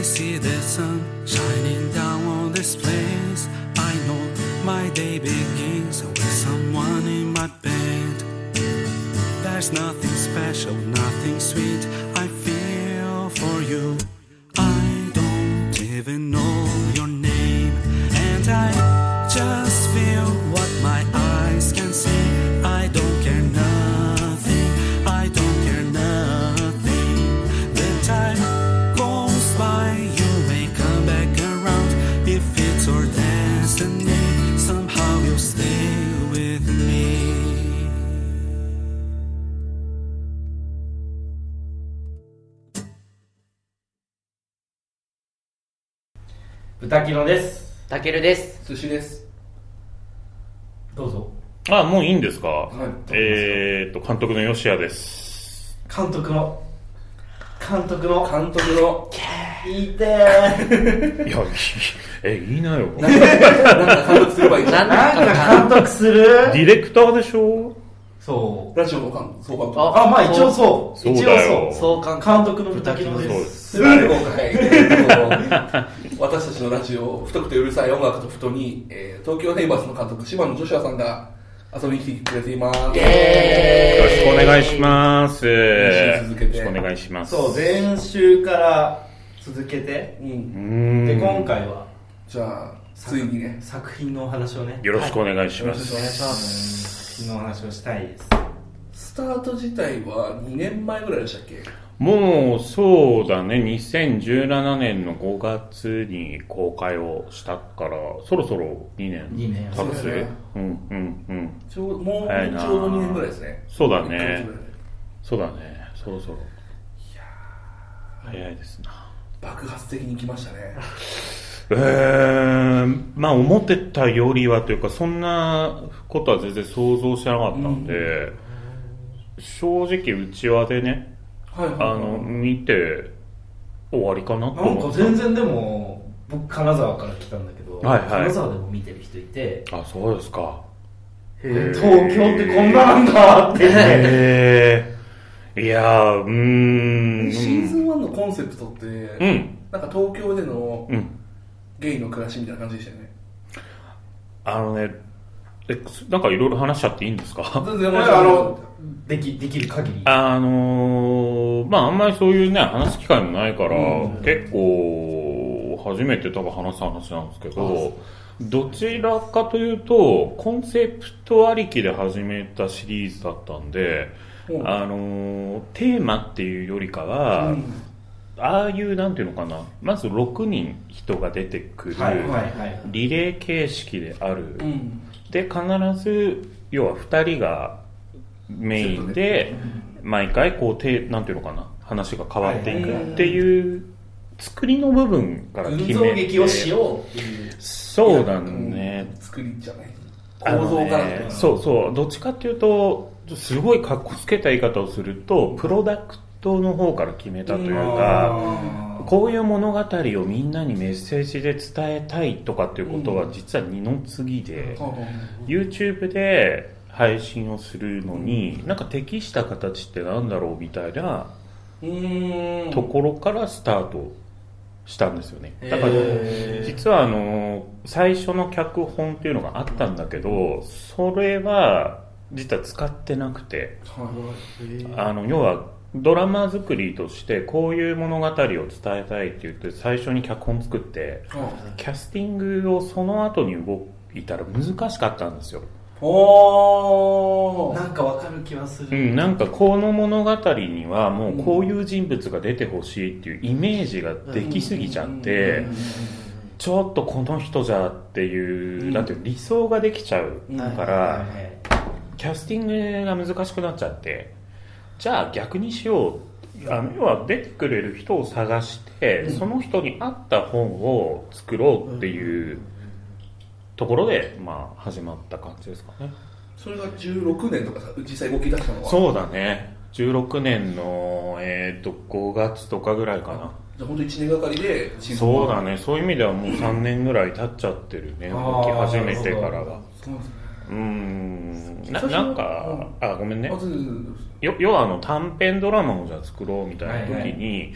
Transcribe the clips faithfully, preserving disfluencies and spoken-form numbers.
I see the sun shining down on this place. I know my day begins with someone in my bed. There's nothing special, nothing sweet I feel for you. I don't even know your name, and I just feel what my eyes can see. I don't care nothing, I don't care nothing. The time goes by, you may come back around. If it's our destiny, somehow you'll stay with me. 豚キノです。 たけるです。 寿司です。 どうぞ。 あ、もういいんですか。 はい、 えーっと監督の吉谷です。 監督の監督の監督の言いてー。 いや、え、いいなよ。 なんか監督すればいいじゃん。 なんか監督する。 ディレクターでしょ。 そう。 ラジオの監督、総監督。 あ、まあ一応そう。 そうだよ。 一応そう。監督の豚キノです。 すごい今回、私たちのラジオ、太くてうるさい音楽とふとに、えー、東京ネイバーズの監督、島野ジョシュアさんが遊びに来てくれています。 よろしくお願いします。 練習続けて。 よろしくお願いします。 そう、前週から続けて、 うん、 で、今回は、 じゃあ、ついにね、 作品のお話をね、 よろしくお願いします。 はい、よろしくお願いします。 作品のお話をしたいです。 スタート自体はにねんまえぐらいでしたっけ？ もうそうだね、にせんじゅうななねんのごがつに公開をしたから、そろそろにねんにねん経つ、 ね、 うんうんうん、 ちょうもうちょうどにねんぐらいですね。 そうだね、そうだね、そろそろ。いや早いですな。 爆発的に来ましたね。 えー、まあ思ってたよりはというか、そんなことは全然想像してなかったんで、うん、正直うちわでね、はいはいはい、あの見て終わりかなと思った。 なんか全然でも僕金沢から来たんだけど、はいはい、金沢でも見てる人いて、 あ、そうですか。 へー、東京ってこんななんだって。 へー、いやー、うーん、 シーズンワンのコンセプトって、うん、なんか東京での、うん、ゲイの暮らしみたいな感じでしたよね。 あのね、え、なんかいろいろ話しちゃっていいんですか？ 全然あのでき、できる限り。 あのー、まああんまりそういうね、話す機会もないから、うん、結構初めて多分話す話なんですけど、どちらかというとコンセプトありきで始めたシリーズだったんで、うん、あのー、テーマっていうよりかは、うん、ああいうなんていうのかな、まずろくにん人が出てくるリレー形式である、うん、で必ず要はふたりがメインで毎回こうてなんていうのかな、話が変わっていくっていう作りの部分から決めて、 群像劇をしようっていう。 そうだね、 作りじゃない構造から、ね、 そうそう、どっちかっていうとすごいかっこつけた言い方をするとプロダクトの方から決めたというか、こういう物語をみんなにメッセージで伝えたいとかっていうことは実は二の次で、うん、YouTube で配信をするのになんか適した形ってなんだろうみたいなところからスタートしたんですよね。だから実はあの最初の脚本っていうのがあったんだけど、それは実は使ってなくて、あの要はドラマ作りとしてこういう物語を伝えたいって言って最初に脚本作って、キャスティングをその後に動いたら難しかったんですよ。 おー、なんかわかる気はする、 うん、なんかこの物語にはもうこういう人物が出てほしいっていうイメージができすぎちゃって、ちょっとこの人じゃっていう、だって理想ができちゃうから、キャスティングが難しくなっちゃって、じゃあ逆にしよう、あの要は出てくれる人を探して、その人に合った本を作ろうっていうところで、まあ、始まった感じですかね。 それがじゅうろくねんとか実際動き出したのは？ そうだね、じゅうろくねんの、えー、とごがつとかぐらいかな。 じゃあ本当いちねんがかりでシーズンそうだね、そういう意味ではもうさんねんぐらい経っちゃってるね、動き始めてからは。うーん な, なんか、あ、ごめんね。よ要はあの短編ドラマをじゃあ作ろうみたいな時に、はいはい、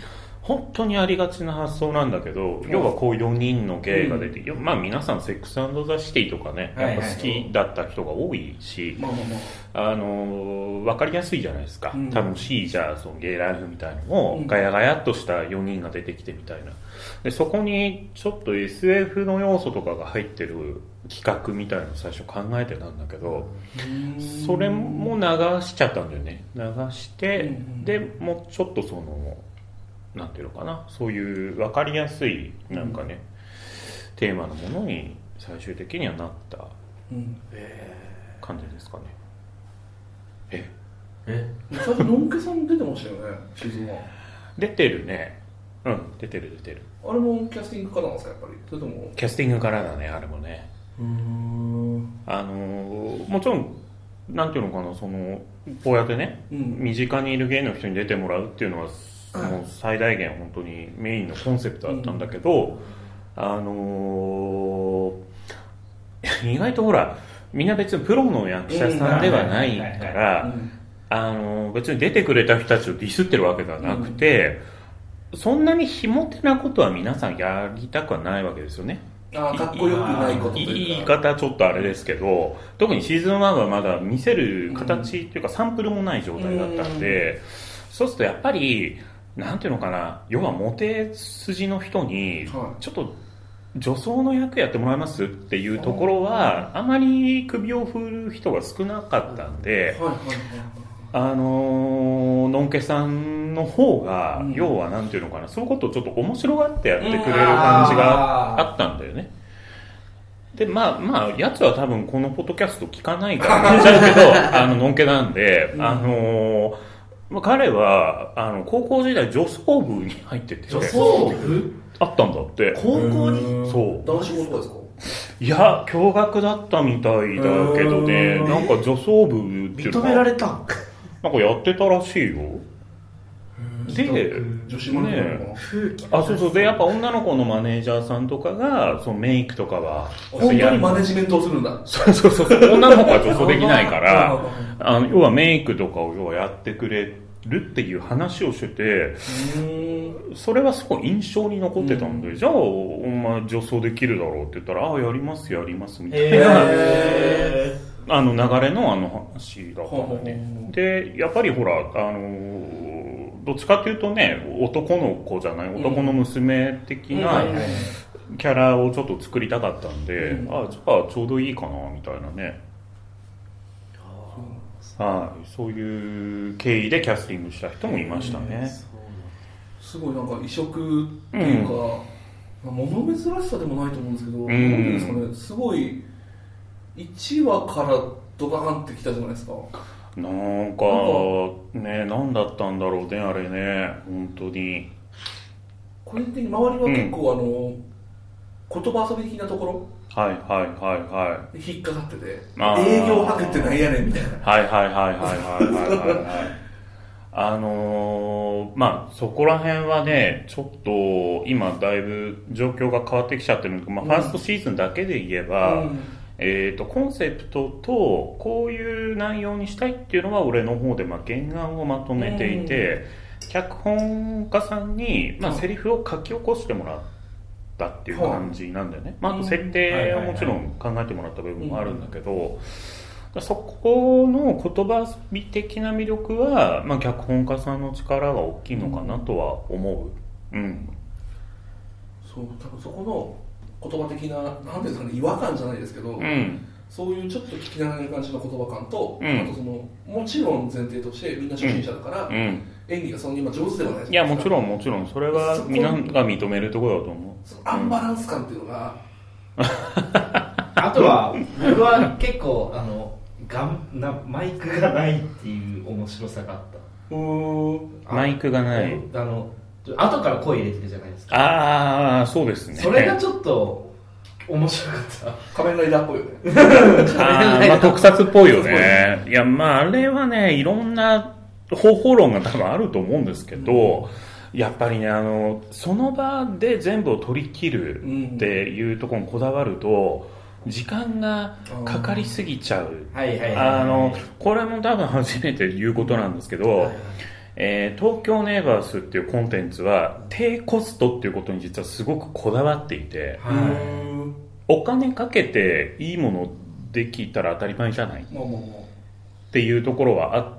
本当にありがちな発想なんだけど、要はこうよにんのゲイが出て、うん、まあ皆さんセックス&ザ・シティとかね、やっぱ好きだった人が多いし、あの分かりやすいじゃないですか、うん、楽しいじゃあそのゲイライフみたいのも、うん、ガヤガヤっとしたよにんが出てきてみたいな、でそこにちょっと エスエフ の要素とかが入ってる企画みたいなのを最初考えてたんだけど、それも流しちゃったんだよね。流して、うん、でもうちょっとそのなんていうのかな、そういう分かりやすいなんかね、うん、テーマのものに最終的にはなった感じですかね。ええ最初のんけさん出てましたよね、シーズンワン。 出てるね。うん出てる出てる。 あれもキャスティングからなんですか、やっぱり。それともキャスティングからだね、あれもね。うーんあのもちろんなんていうのかな、そのこうやってね、うん、身近にいるゲイの人に出てもらうっていうのはもう最大限本当にメインのコンセプトだったんだけど、うん、あのー、意外とほらみんな別にプロの役者さんではないからあの別に出てくれた人たちをディスってるわけではなくて、うん、そんなにひも手なことは皆さんやりたくはないわけですよね。 あかっこよくないことというか、 言い方ちょっとあれですけど、特にシーズンワンはまだ見せる形っていうかサンプルもない状態だったんで、うん、そうするとやっぱりなんていうのかな、要はモテ筋の人にちょっと女装の役やってもらえますっていうところはあまり首を振る人が少なかったんで、あののんけさんの方が、うん、要はなんていうのかな、そういうことをちょっと面白がってやってくれる感じがあったんだよね。でまあまあやつは多分このポッドキャスト聞かないから言っちゃうけどあののんけなんで、うん、あのまあ、彼はあの高校時代女装部に入ってて、 女装部あったんだって。 高校にそう男子校とかですか。 いや共学だったみたいだけどね、なんか女装部っていうの認められたなんかやってたらしいよ。で女子マネーね、あそうそうでやっぱ女の子のマネージャーさんとかがそのメイクとかは本当にマネジメントをするんだ。 そうそうそう女の子は女装できないからあの要はメイクとかを要はやってくれるっていう話をしてて、それはすごい印象に残ってたんで、うん、じゃあお前女装できるだろうって言ったら、ああやりますやりますみたいな、えー、あの流れのあの話だったんだね。でやっぱりほらあのどっちかっていうとね男の子じゃない男の娘的なキャラをちょっと作りたかったんで、うん、ああじゃあちょうどいいかなみたいなね、はい、そういう経緯でキャスティングした人もいましたね。 すごいなんか異色っていうか、うん、物珍しさでもないと思うんですけど、うん、なんていうんですかね、すごいいちわからドカーンってきたじゃないですか。 なんかね、何だったんだろうねあれね、本当に個人的に周りは結構、うん、あの言葉遊び的なところはいはいはいはい引っかかってて、営業博ってなんやねんみたいな、 はいはいはいはいはいはいはいあのー、まあそこら辺はねちょっと今だいぶ状況が変わってきちゃってるんですけど、まあ、ファーストシーズンだけで言えば、うんえーと、コンセプトとこういう内容にしたいっていうのは俺の方でまあ原案をまとめていて、うん、脚本家さんにまあセリフを書き起こしてもらったっていう感じなんだよね、まあ、あと設定はもちろん考えてもらった部分もあるんだけど、そこの言葉遊び的な魅力は、まあ、脚本家さんの力が大きいのかなとは思う、うんうん、 そう多分そこの言葉的な何ですかね、違和感じゃないですけど、うん、そういうちょっと聞き慣れない感じの言葉感と、うん、あとそのもちろん前提としてみんな初心者だから、うん、演技がその今上手ではないですか。 いやもちろんもちろんそれはみんなが認めるところだと思う。 そのアンバランス感っていうのが、 うん、あとは僕は結構あのがなマイクがないっていう面白さがあった。 うーマイクがないあの後から声入れてるじゃないですか。 ああそうですね。 それがちょっと面白かった。 仮面ライダーっぽいよね。 あまあ特撮っぽいよね。いやまああれはねいろんな方法論が多分あると思うんですけど、うん、やっぱりねあのその場で全部を取り切るっていうところにこだわると時間がかかりすぎちゃう。あのこれも多分初めて言うことなんですけど、はいはい、 えー、東京ネイバースっていうコンテンツは低コストっていうことに実はすごくこだわっていて、はい、お金かけていいものできたら当たり前じゃないっていうところはあって、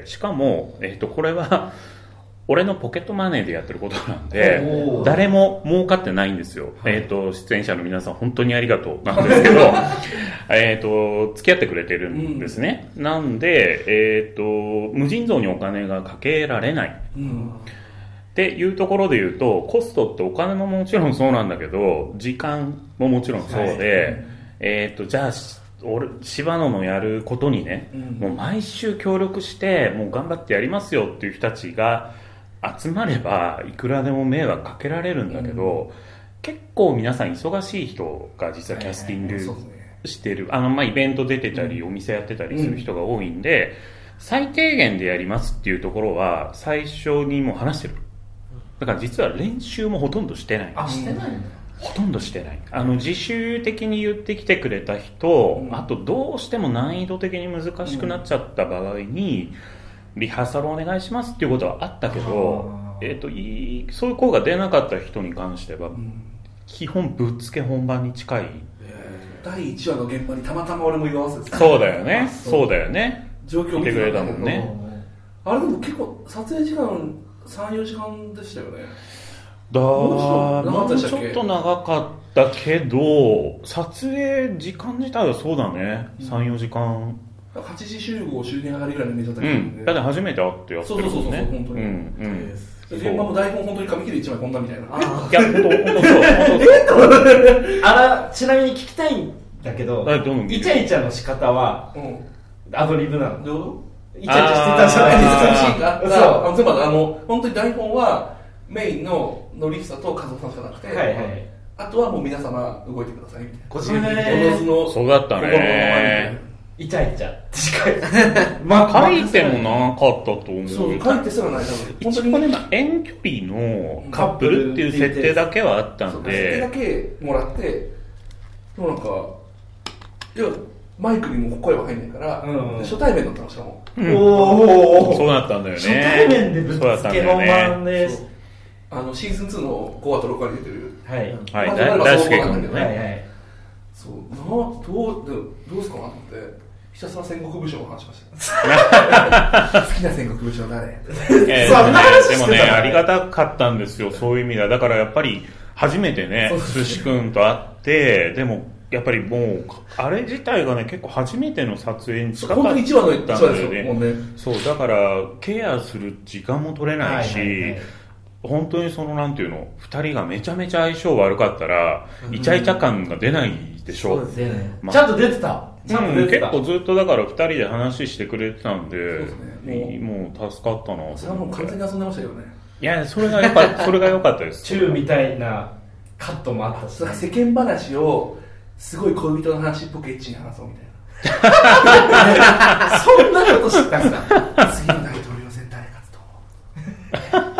しかも、えーと、これは俺のポケットマネーでやってることなんで誰も儲かってないんですよ、はい、えーと出演者の皆さん本当にありがとうなんですけどえと付き合ってくれてるんですね、うん、なんで、えーと無尽蔵にお金がかけられない、うん、っていうところで言うとコストってお金ももちろんそうなんだけど時間ももちろんそうで、はい、えーとじゃあ俺柴野のやることにね、うん、もう毎週協力してもう頑張ってやりますよっていう人たちが集まればいくらでも迷惑かけられるんだけど、うん、結構皆さん忙しい人が実はキャスティングしてる、あのまあイベント出てたり、うん、お店やってたりする人が多いんで、最低限でやりますっていうところは最初にもう話してる。だから実は練習もほとんどしてない。 あ、してないんだ。 ほとんどしてない。あの自主的に言ってきてくれた人、うん、あとどうしても難易度的に難しくなっちゃった場合に、うん、リハーサルお願いしますっていうことはあったけど、えーと、いいそういう声が出なかった人に関しては、うん、基本ぶっつけ本番に近い。 だいいちわの現場にたまたま俺も居合わせてた。 そうだよね。そうだよね。 状況を見てくれたもんね。 あれでも結構撮影時間さん、よじかんでしたよね。 だもうちょっと長かったけど撮影時間自体はそうだね、うん、さん、よじかんはちじ集合終電上がりぐらいのイメージだったけど、ね、 うん、だって初めて会ってやってるもんね。そうそうそうそう本当に、うんうん、 現場も台本本当に紙切れいちまいこんなみたいな。あいや本当本当そう本当そうあらちなみに聞きたいんだけどイチャイチャの仕方は、うん、アドリブなの。どうイチャイチャしてたじゃないですか。 そうあのつまりあの本当に台本はメインのノリフサと加藤さんしかなくて、はいはい、あとはもう皆様動いてくださいみたいな。 こちらにおのずのそうだったね。 イチャイチャまあ書いてもなかったと思う。 そう書いてすらない。 一応ね、まあ、遠距離のカップルっていう設定だけはあったんで、 設定だけもらって、でもなんかいやマイクにも声は入んないから、うんうん、初対面だったのしかも、 うん、おおそうだったんだよね。 初対面でぶっつけ本番であのシーズンツーのごわとろくわに出てるはいはい大輔君ね。 はいはいそうなどうどうですかなってひたすら戦国武将の話しました好きな戦国武将誰えー、でもねありがたかったんですよそういう意味では。だからやっぱり初めてね寿司君と会ってでもやっぱりもうあれ自体がね結構初めての撮影に近かったんだよね。もうねそうだからケアする時間も取れないし、はいはいはい、本当にそのなんていうのふたりがめちゃめちゃ相性悪かったら、うん、イチャイチャ感が出ないでしょ。 そうですね、まあ、ちゃんと出てたちゃんと出てた、 うん、結構ずっとだからふたりで話してくれてたんで、そうですね、もう助かったな。 それはもう完全に遊んでましたよね。 いやそれがやっぱそれが良かったですチューみたいなカットもあったし、 ね、世間話をすごい恋人の話っぽくエッチに話そうみたいなそんなこと知ったんですか次の大統領選誰勝つと思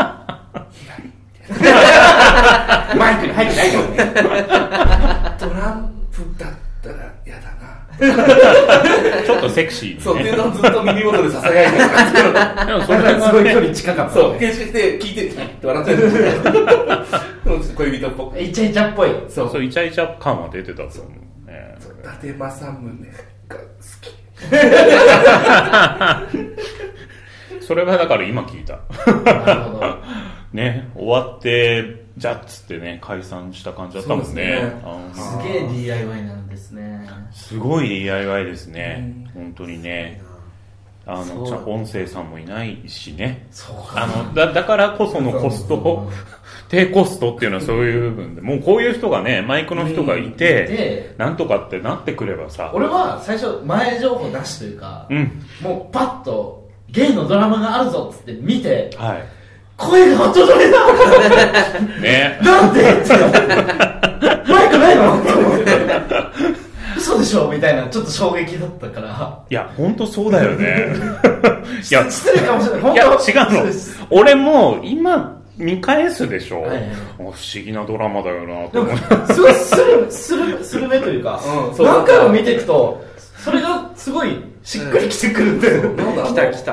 うマイクに入ってないよねトランプだったら嫌だなちょっとセクシー、ね、 そうっていうのをずっと耳元でささやいてるんですけどでもそれがすごい距離近かった、ね、そう研修して聞いてって笑っちゃう恋人っぽくイチャイチャっぽいそうそうイチャイチャ感は出てたと思うね。 伊達政宗が好きそれがだから今聞いたなるほどね終わってじゃっつってね解散した感じだったもんね。 すげえ ディーアイワイ なんですね。 すごい ディーアイワイ ですね、うん、本当にね。あの音声さんもいないしね。そうあの だ, だからこそのコスト低コストっていうのはそういう部分でもうこういう人がねマイクの人がいて、うん、なんとかってなってくればさ。 俺は最初前情報なしというか、うん、もうパッとゲイのドラマがあるぞっつって見て、はい、声が届いたねなんでってマイクないのって思って嘘でしょみたいなちょっと衝撃だったから。 いや本当そうだよねいや失礼かもしれない。 いや違うの俺も今見返すでしょ、はいはい、不思議なドラマだよなと思ってすごいスルスルスルメというか、うん、そう何回も見ていくとそれがすごいしっくりきてくるんで、 うん、来た来た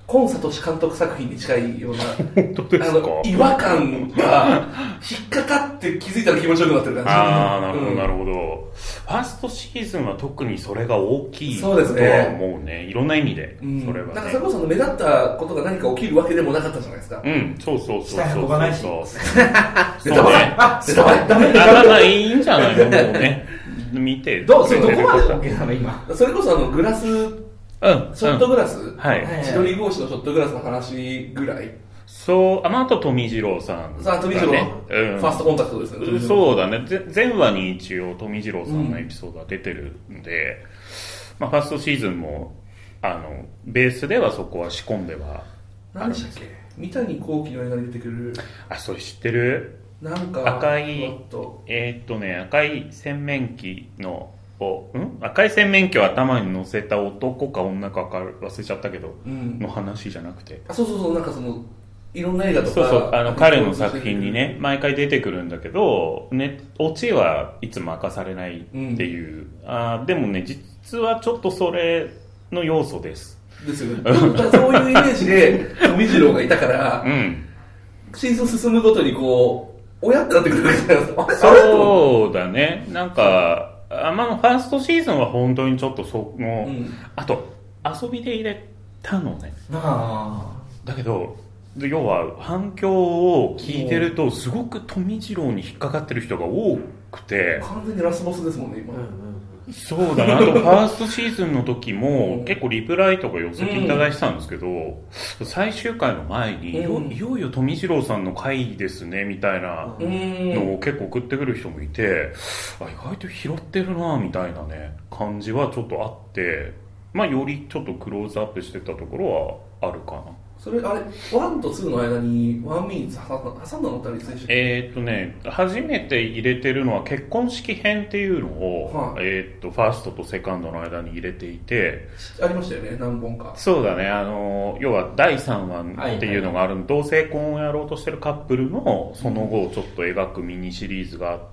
コンサトシ監督作品に近いような本当ですか、あの違和感が引っかかって気づいたら気持ちよくなってる感じ。 ああ、なるほどなるほど、うん、ファーストシーズンは特にそれが大きいとは思うね、いろんな意味で、うん、それは、ね、 なんかそれこそ目立ったことが何か起きるわけでもなかったじゃないですか。 うん、そうそうそうそうそうそうないしそうね、あ、 ネタバレダメだからいいんじゃないの、もうね見てどうそれどこまで OK なの今。 それこそあのグラスうん、ショットグラス、うん、 はい、 千鳥格子のショットグラスの話ぐらい。 そう、あの後富次郎さん、 ね、さあ富次郎、うん、ファーストコンタクトですね。 そうだね、前話に一応富次郎さんのエピソードが出てるんで、うん、まあ、ファーストシーズンもあのベースではそこは仕込んでは何でしたっけ、三谷幸喜の映画に出てくる、 あ、それ知ってる？ なんか赤いえー、っとね赤い洗面器のん赤い洗面器を頭に乗せた男か女か忘れちゃったけど、うん、の話じゃなくて、 あ、そうそうそう、なんかそのいろんな映画とか、 そうそう、あの彼の作品にね毎回出てくるんだけど、ね、オチはいつも明かされないっていう、うん、あ、でもね実はちょっとそれの要素ですですよねそういうイメージで富次郎がいたから、 うん、 シーズン進むごとにこう親ってなってくるわけじゃないですか。 そうだね、なんかあ、まあ、ファーストシーズンは本当にちょっとその、うん、あと遊びで入れたのね。 あだけど要は反響を聞いてるとすごく富次郎に引っかかってる人が多くて、 完全にラスボスですもんね今、うんうん、そうだな。あとファーストシーズンの時も結構リプライとか寄せていただいてたんですけど、うん、最終回の前に、うん、いよいよ富次郎さんの回ですねみたいなのを結構送ってくる人もいて、あ、意外と拾ってるなみたいなね感じはちょっとあって、まあよりちょっとクローズアップしてたところはあるかな。 それあれワンとツーの間にワンミニッツ挟んだのってあれでしょ。 えーっとね初めて入れてるのは結婚式編っていうのを、はい、えーっとファーストとセカンドの間に入れていて、 ありましたよね、何本か。 そうだね、あの要はだいさんわっていうのがある、はいはい、同性婚をやろうとしてるカップルのその後をちょっと描くミニシリーズがあって、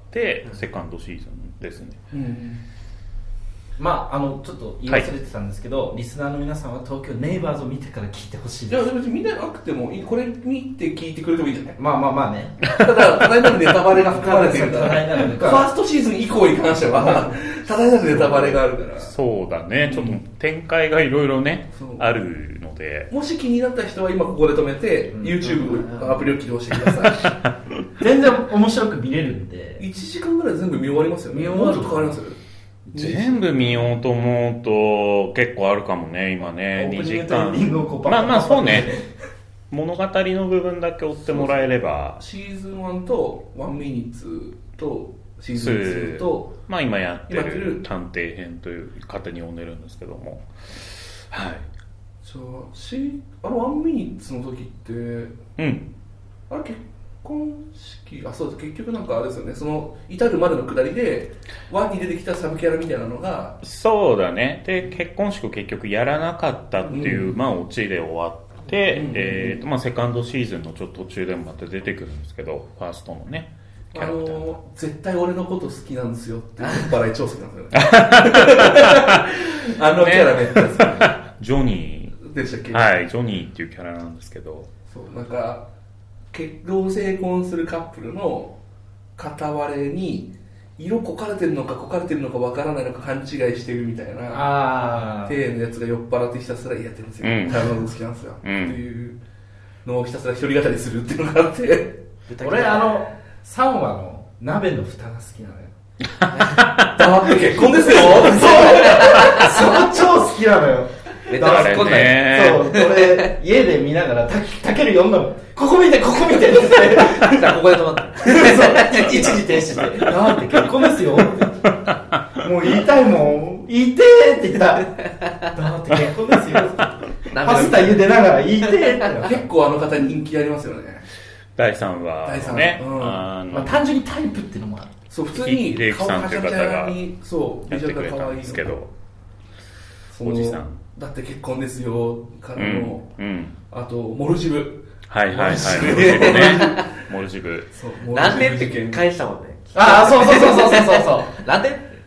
うん、セカンドシーズンですね、 うん、まあ、あのちょっと言い忘れてたんですけど、はい、リスナーの皆さんは東京ネイバーズを見てから聞いてほしいです。 いや別に見なくてもいい、これ見て聞いてくれてもいいじゃない。 まあまあまあねただ多大なるネタバレが含まれてるからファーストシーズン以降に関しては多大なるネタバレがあるから。 そうだね、ちょっと展開がいろいろね、うん、あるので、 もし気になった人は今ここで止めて、うん、YouTube アプリを起動してください全然面白く見れるんでいちじかんぐらい全部見終わりますよね。 見終わるとかかりますよ。 全部見ようと思うと結構あるかもね今ね。にじかん、まあまあそうね物語の部分だけ追ってもらえれば。 シーズンワンとワンミニッツとシーズンツーと、 まあ今やってる探偵編という方に呼んでるんですけども、はい。 じゃあ、しあのワンミニッツの時って、 うん、 あれ結婚式、あ、そうです、結局なんかあれですよね、その至るまでのくだりでワンに出てきたサブキャラみたいなのが、 そうだね。で結婚式を結局やらなかったっていう、うん、まあオチで終わって、うんうんうん、えーとまあ、セカンドシーズンのちょっと途中でもまた出てくるんですけど、ファーストのねキャラクター、あの絶対俺のこと好きなんですよっていうバラエ調査なんですよねあのキャラめっちゃ好き、ね、 ジョニーでしたっけ。 はい、ジョニーっていうキャラなんですけど、 そうなんか同性婚するカップルの片割れに色こかれてるのかこかれてるのかわからないのか勘違いしてるみたいな体のやつが酔っ払ってひたすらやってるんですよ、うん、タイムの好きなんですよ、うん、っていうのをひたすら一人語りするっていうのがあって俺あのさんわの鍋の蓋が好きなのよ黙って結婚ですよそう超好きなのよ。 メタバスね。 そう、これ家で見ながらたたける読んだもん。ここ見てここ見てってじゃあここで止まってそう一時停止してだって結婚ですよもう言いたいもん、言いてーって言っただって結婚ですよパスタ茹でながら言いてーって結構あの方人気ありますよね。 だいさんはね、うん、 あまあ、単純にタイプっていうのもある。 そう、普通にレイクさんという方がやってくれたんですけど、おじさんだって結婚ですよからの、 うんうん、 あとモルジブ、 はいはいはいモルジブねモルジブなんでって返したもんね。 ああそうそうそうそうそうそうなんで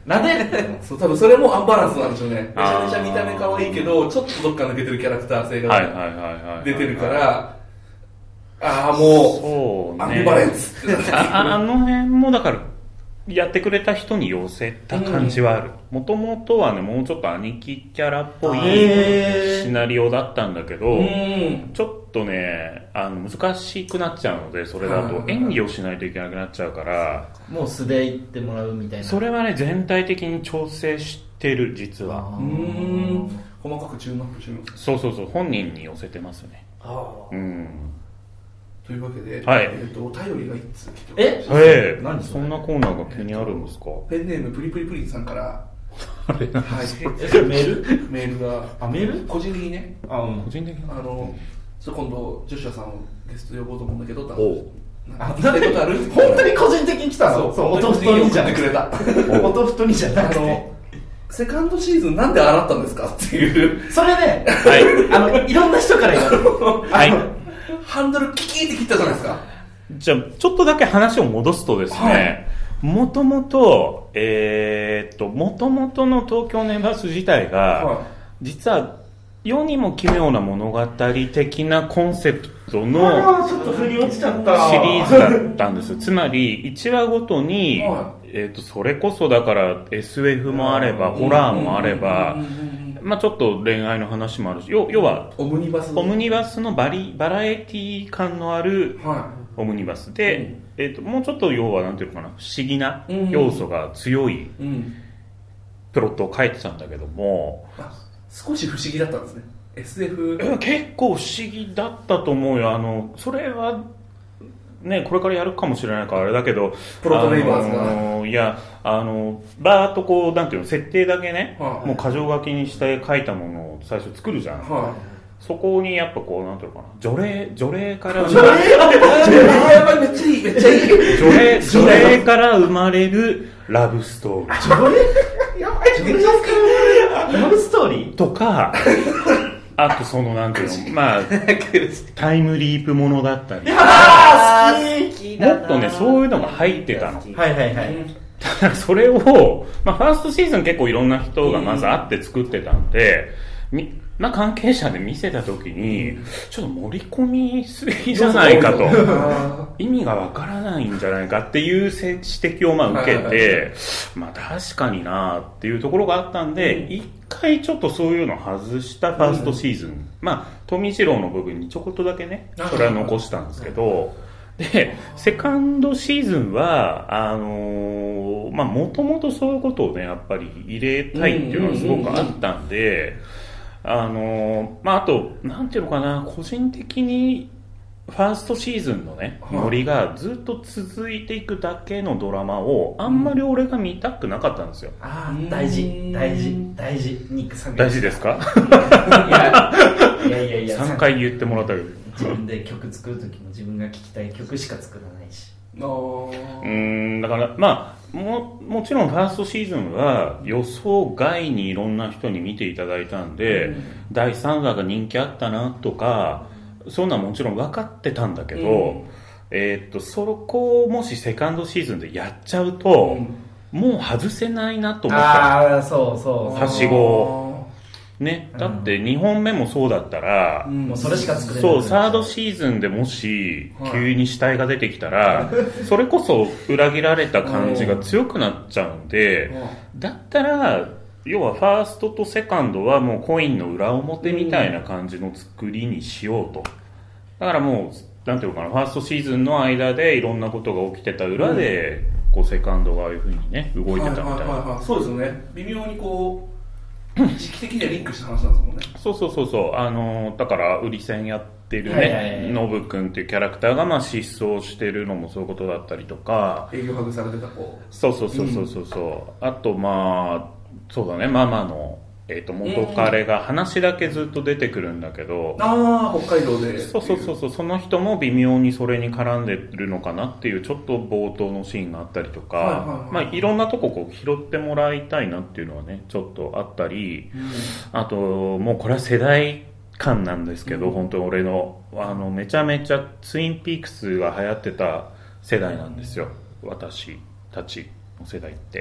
なんでそう、多分それもアンバランスなんでしょうね。めちゃめちゃ見た目可愛いけど、ちょっとどっか抜けてるキャラクター性が出てるから、ああ、もう、アンビバレンスってあ。あの辺もだから、やってくれた人に寄せた感じはある。もともとはね、もうちょっと兄貴キャラっぽいシナリオだったんだけど、ちょっとね、あの難しくなっちゃうので、それだと演技をしないといけなくなっちゃうから、 もう素で行ってもらうみたいな。 それはね、全体的に調整してる、実は。 うーん、細かくチューンアップしてるんですか？ そうそうそう、本人に寄せてますね。 あうん。 というわけで、 はい、 えっと、お便りがいっつ来てええ何そんなコーナーが急にあるんですか？ ペンネームプリプリプリンさんからあれなんですか？はい、えメールメールがあメール個人的にね、 あ、うん、 個人的にあの今度ジョシュアさんをゲスト呼ぼうと思うんだけど、 おあなんてことある？ 本当に個人的に来たの？ そうそう、音太にじゃなくれた音太にじゃなくて、あのセカンドシーズンなんで洗ったんですかっていうそれね、はい、あのいろんな人から言われるはいハンドルキキって切ったじゃないですか。 じゃあちょっとだけ話を戻すとですね、もともとえー、っともともとの東京ネバス自体が、はい、実は世にも奇妙な物語的なコンセプトのちょっと振り落ちちゃったシリーズだったんですよ。つまりいちわごとに、はい、えー、っとそれこそだから エスエフ もあればホラーもあれば、まあ、ちょっと恋愛の話もあるし、要はオムニバスオムニバスのバリバラエティ感のあるオムニバスで、はい、えー、ともうちょっと要はなんていうのかな、不思議な要素が強いプロットを書いてたんだけども、 うんうん、少し不思議だったんですね エスエフ。 結構不思議だったと思うよ。あのそれはね、これからやるかもしれないからあれだけど、 プロトネイバーズが、 あのー、いやあのバーッとこうなんていうの、設定だけね、 はあ、 もう箇条書きにして書いたものを最初作るじゃん、 はあ、 そこにやっぱこうなんていうのかな、除霊除霊から除霊やばい、めっちゃいいめっちゃいい除霊除霊から生まれるラブストーリー、 除霊やばい、除霊からラブストーリーとかあとそのなんていうの、まあタイムリープものだったり、 あー好きもっとねそういうのが入ってたの。 はいはいはい。 ただそれを、まあ、ファーストシーズン結構いろんな人がまず会って作ってたんで、みまあ、関係者で見せた時にちょっと盛り込みすぎじゃないかと意味がわからないんじゃないかっていう指摘をまあ受けて、まあ確かになっていうところがあったんで、一回ちょっとそういうの外したファーストシーズン、まあ富次郎の部分にちょこっとだけねそれは残したんですけど、でセカンドシーズンはあのー、まあもともとそういうことをねやっぱり入れたいっていうのはすごくあったんで、あのまあ、あとなんていうのかな、個人的にファーストシーズンのねノリがずっと続いていくだけのドラマをあんまり俺が見たくなかったんですよ。 ああ大事大事大事、ニックさん大事ですか？ いやいやいやさんかい言ってもらったけど、 自分で曲作る時も自分が聴きたい曲しか作らないし、 あーうーんだからまあも, もちろんファーストシーズンは予想外にいろんな人に見ていただいたんで、うん、だいさんわが人気あったなとかそんなもちろん分かってたんだけど、うん、えー、っとそこをもしセカンドシーズンでやっちゃうと、うん、もう外せないなと思った。 ああそうそうはしごね、だってにほんめもそうだったら、 うん、もうそれしか作れない。 そうサードシーズンでもし急に死体が出てきたら、はい、それこそ裏切られた感じが強くなっちゃうんで、だったら要はファーストとセカンドはもうコインの裏表みたいな感じの作りにしようと。だからもうなんていうのかな、ファーストシーズンの間でいろんなことが起きてた裏で、うん、こうセカンドがああいう風にね動いてたみたいな、はいはいはいはい、 そうですよね。微妙にこう時期的にはリンクした話なんですもんね。 そうそうそうそう、あのだから売り線やってるねノブ君っていうキャラクターがまあ失踪してるのもそういうことだったりとか、 営業ハグされてた子、 そうそうそうそうそうそう、うん、あとまあそうだね、ママのえー、と元彼が話だけずっと出てくるんだけど、 うん、ああ北海道でそうそうそうそう、その人も微妙にそれに絡んでるのかなっていうちょっと冒頭のシーンがあったりとか、はいはいはい、まあいろんなとここう拾ってもらいたいなっていうのはねちょっとあったり、うん、あともうこれは世代間なんですけど、うん、本当に俺のあのめちゃめちゃツインピークスが流行ってた世代なんですよ、私たちの世代って。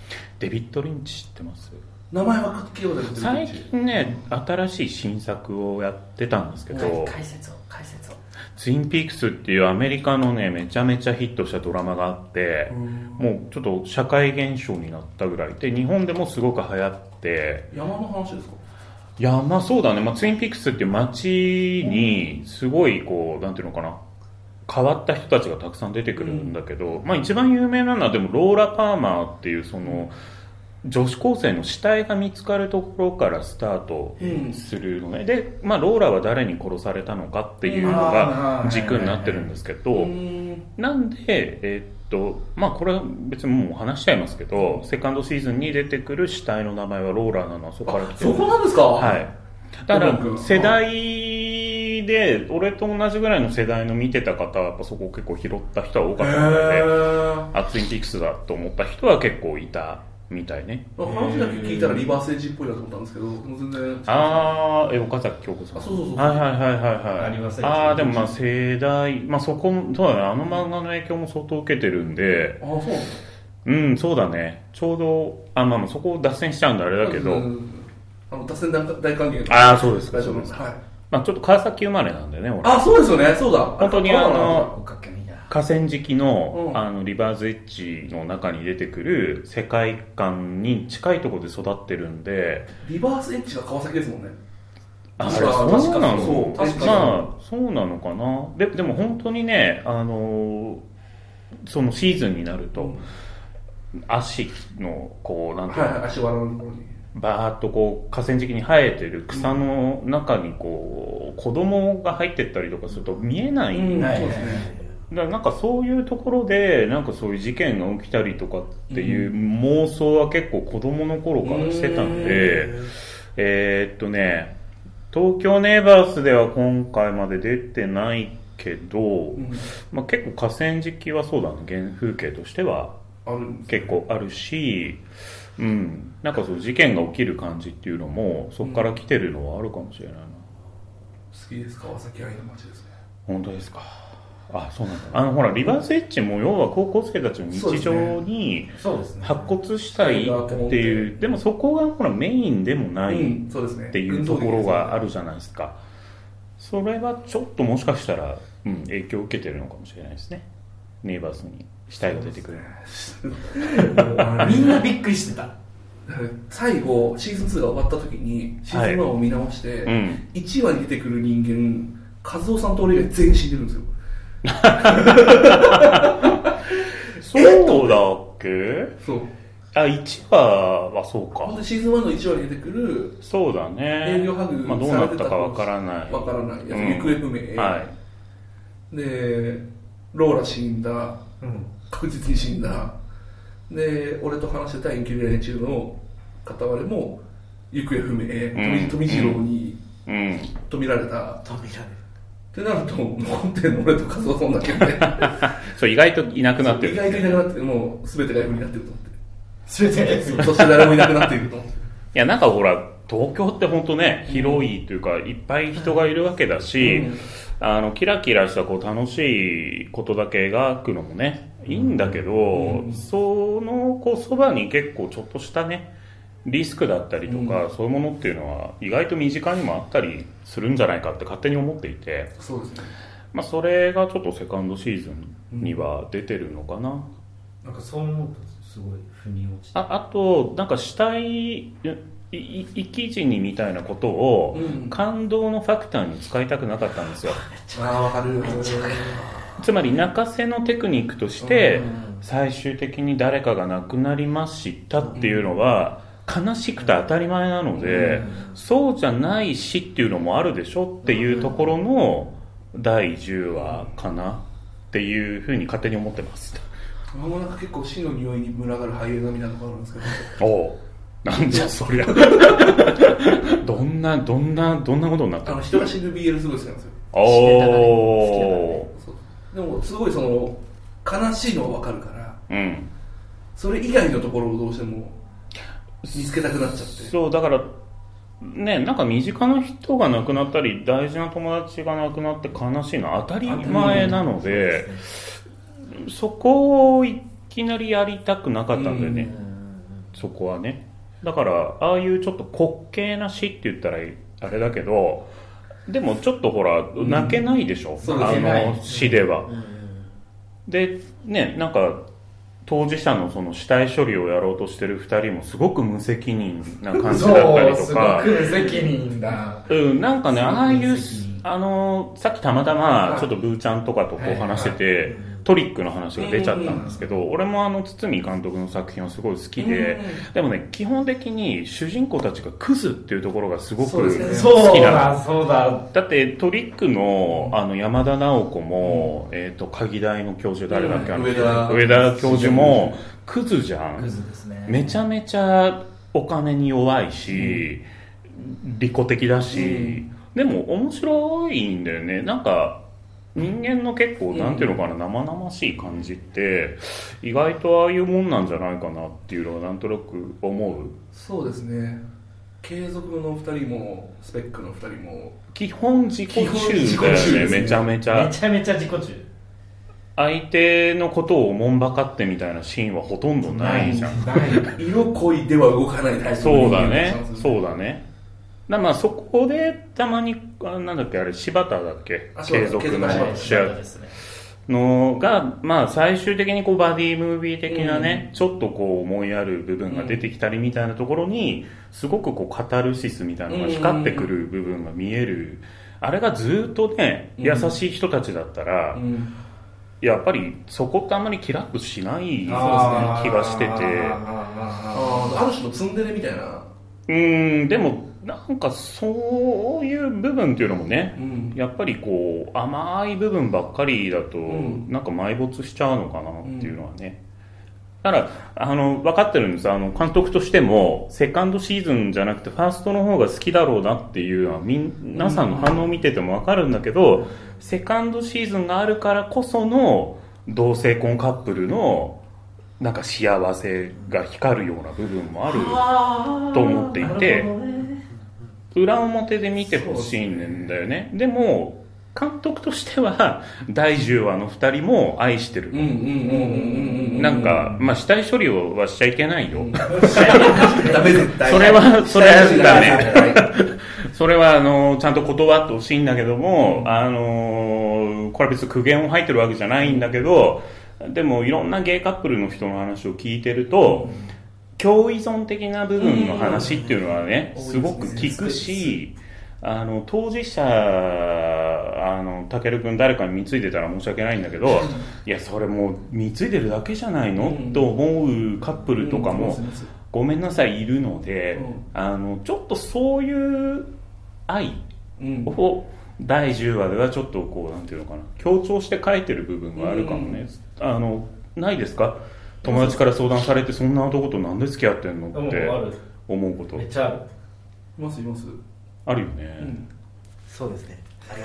デビッド・リンチ知ってます？ 名前は聞いたことある。 最近ね新しい新作をやってたんですけど、 解説を解説をツインピークスっていうアメリカのねめちゃめちゃヒットしたドラマがあって、もうちょっと社会現象になったぐらいで、日本でもすごく流行って。 山の話ですか？ 山、そうだね、まあ、ツインピークスっていう街にすごいこうなんていうのかな、変わった人たちがたくさん出てくるんだけど、うん、まあ、一番有名なのはでもローラ・パーマーっていうその女子高生の死体が見つかるところからスタートするのね、うん、で、まあ、ローラは誰に殺されたのかっていうのが軸になってるんですけど、うん、なんで、えーっとまあ、これは別にもう話しちゃいますけど、セカンドシーズンに出てくる死体の名前はローラなのはそこから来てる。 そこなんですか？ はい。だから世代で俺と同じぐらいの世代の見てた方はやっぱそこを結構拾った人は多かったので、あ、ツインピークスだと思った人は結構いたみたいね。 話だけ聞いたらリバースエッジっぽいなと思ったんですけど、もう全然。 ああ、え、岡崎京子さん。 あ、そうそうそう。 はいはいはいはいはい。 ありますね。 ああ、でもまあ世代、まあそこ、そうだね、あの漫画の影響も相当受けてるんで。 ああ、そうなんだ。 うん、そうだね。ちょうど、あ、まあまあそこを脱線しちゃうんであれだけど。 あの脱線大歓迎。 ああ、そうですか。 大丈夫です。はい。 まあちょっと川崎生まれなんでね、俺。 あ、そうですよね。そうだ。 本当にあの、河川敷の、うん、あのリバーズエッジの中に出てくる世界観に近いところで育ってるんで。 リバーズエッジが川崎ですもんね。 あれそうなの？確かまあそうなのかな。ででも本当にね、あのそのシーズンになると、うん、足のこうなんていうの、はいはい、足割るところにバーッとこう河川敷に生えてる草の中にこう子供が入ってったりとかすると見えないんですね。だからなんかそういうところでなんかそういう事件が起きたりとかっていう妄想は結構子供の頃からしてたんで、えーっとね東京ネイバースでは今回まで出てないけど、まあ、結構河川敷はそうだね、原風景としては結構あるし、うん、なんかそう事件が起きる感じっていうのもそこから来てるのはあるかもしれないな。 好きです。川崎愛の街ですね。 本当ですか？あ、そうなんだ。あのほらリバースエッジも要は高校生たちの日常に発掘したいっていう、でもそこがほらメインでもないっていうところがあるじゃないですか。それはちょっともしかしたら、うん、影響を受けてるのかもしれないですね。ネイバースに死体が出てくる。 みんなびっくりしてた。 最後シーズンツーが終わった時にシーズンワンを見直して、はい、うん、いちわに出てくる人間、和夫さんと俺以外全員死んでるんですよ。 そうだっけ？そう。あ、いちわはそうか。 本当にシーズンワンのいちわに出てくる。 そうだね。 営業ハグまあどうなったかわからない。 わからない。うん、行方不明。はい。で、ローラ死んだ。うん、確実に死んだ。で、俺と話してた遠距離連中の片割れも行方不明。うん、富次郎に止められた。 止められる。 ってなると残ってるの俺と和夫さんだけでそう意外といなくなってる。 意外といなくなってる。もう全てが F になってると思って。全てそして誰もいなくなっていると思って。いやなんかほら東京って本当ね広いというか、うん、いっぱい人がいるわけだし、うん、あのキラキラしたこう楽しいことだけ描くのもねいいんだけど、うん、そのこうそばに結構ちょっとしたねリスクだったりとか、うん、そういうものっていうのは意外と身近にもあったりするんじゃないかって勝手に思っていて、 そうですね。 まあそれがちょっとセカンドシーズンには出てるのかな。うん、 なんかそう思うとすごい腑に落ちて。 あ、あとなんか死体生き死にみたいなことを感動のファクターに使いたくなかったんですよ。 うん、ああわかる。 つまり泣かせのテクニックとして最終的に誰かが亡くなりましたっていうのは。悲しくて当たり前なので、うん、そうじゃない死っていうのもあるでしょっていうところのだいじゅうわかなっていうふうに勝手に思ってます。 まもなく結構死の匂いに群がる俳優座みたいなところあるんですけど、 おうなんじゃそりゃどんなどんなどんなことになったの？ あの人が死ぬ ビーエル すごい好きなんですよ。 おおでもすごいその悲しいのは分かるから、うん、それ以外のところをどうしても見つけたくなっちゃって。 そうだからね、なんか身近な人が亡くなったり大事な友達が亡くなって悲しいのは当たり前なので、そこをいきなりやりたくなかったんだよね。 そこはね。だからああいうちょっと滑稽な詩って言ったらあれだけど、でもちょっとほら、うん、泣けないでしょ、あの詩では、うん、でね、なんか当事者のその死体処理をやろうとしてるふたりもすごく無責任な感じだったりとかそうすごく無責任だ、 うん、なんかね、ああいうあのさっきたまたまちょっとブーちゃんとかとこう話してて、はいはいはい、トリックの話が出ちゃったんですけど、俺もあの堤監督の作品はすごい好きで、でもね、基本的に主人公たちがクズっていうところがすごく好きなの。 そうだそうだ。 だってトリックのあの山田直子も、えっと鍵大の教授誰だっけ、あの上田上田教授もクズじゃん。 クズですね。 めちゃめちゃお金に弱いし、利己的だし、でも面白いんだよね。なんか人間の結構なんていうのかな、生々しい感じって意外とああいうもんなんじゃないかなっていうのがなんとなく思う。 そうですね。継続のふたりもスペックのふたりも基本自己中だよね。めちゃめちゃめちゃめちゃ自己中。 相手のことをおもんばかってみたいなシーンはほとんどないじゃん。 ない色恋では動かないタイプの人間。 そうだね。そうだね。だまあそこでたまになんだっけあれ柴田だっけ継続の主役のがまあ最終的にこうバディムービー的なね、うん、ちょっとこう思いやる部分が出てきたりみたいなところにすごくこうカタルシスみたいなのが光ってくる部分が見える。あれがずっとね優しい人たちだったら、うん、やっぱりそこってあんまりキラッとしない気がしてて、 あある種のツンデレみたいな。 うんでもなんかそういう部分っていうのもね、うん、やっぱりこう甘い部分ばっかりだと、うん、なんか埋没しちゃうのかなっていうのはね、うん、だからあの分かってるんです。あの監督としてもセカンドシーズンじゃなくてファーストの方が好きだろうなっていうのは皆さんの反応を見てても分かるんだけど、うん、セカンドシーズンがあるからこその同性婚カップルのなんか幸せが光るような部分もあると思っていて、裏表で見てほしいんだよね。でも監督としてはだいじゅうわのふたりも愛してる。なんかまあ死体処理をはしちゃいけないよ。 ダメ絶対。 それはそれはダメ。それはあのちゃんと断ってほしいんだけども、あのこれは別に苦言を吐いてるわけじゃないんだけど、でもいろんなゲイカップルの人の話を聞いてると、共依存的な部分の話っていうのはね、すごく聞くし、あの当事者あのタケル君誰かに貢いでたら申し訳ないんだけどいやそれもう貢いでるだけじゃないの、うん、と思うカップルとかも、うん、ごめんなさいいるので、うん、あのちょっとそういう愛をだいじゅうわではちょっとこうなんていうのかな強調して書いてる部分があるかもね、うん、あのないですか友達から相談されてそんな男となんで付き合ってんのって思うことめっちゃある。 いますいますあるよね、うん、 そうですねあり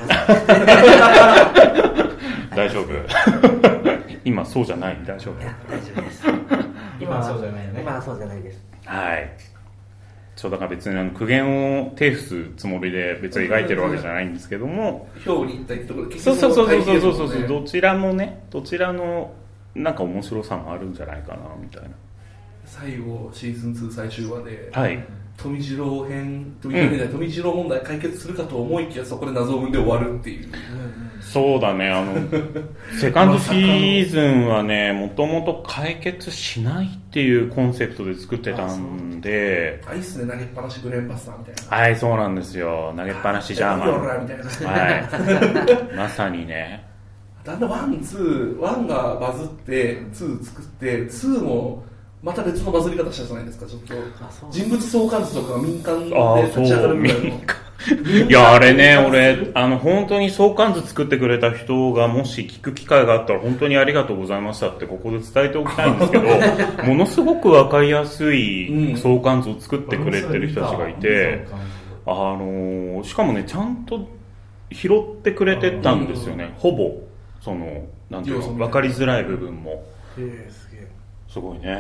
ます大丈夫今そうじゃない大丈夫いや大丈夫です今はそうじゃないよね今はそうじゃないですはいそうだから別にあの苦言を呈すつもりで別に描いてるわけじゃないんですけども表裏一体ってところでそうそうそうそうそうそうそうどちらもねどちらのなんか面白さもあるんじゃないかなみたいな。 最後シーズンツー最終話で、 はい、 富次郎編富次郎編、うん、富次郎問題解決するかと思いきやそこで謎を生んで終わるっていう、 うん、そうだねあのセカンドシーズンはねもともと解決しないっていうコンセプトで作ってたんであいいっすね投げっぱなしグレンバスターみたいなはいそうなんですよ投げっぱなしジャーマンみたいな、 はい、まさにねだんだんワン、ツー、ワンがバズってツー作ってツーもまた別のバズり方したじゃないですか。ちょっと人物相関図とか民間で立ち上がるぐらいのいやあれね俺あの本当に相関図作ってくれた人がもし聞く機会があったら本当にありがとうございましたってここで伝えておきたいんですけどものすごく分かりやすい相関図を作ってくれてる人たちがいて、うん、あのしかもねちゃんと拾ってくれてたんですよね。ほぼそのなんていうの分かりづらい部分も、 えー、すげえすごいね。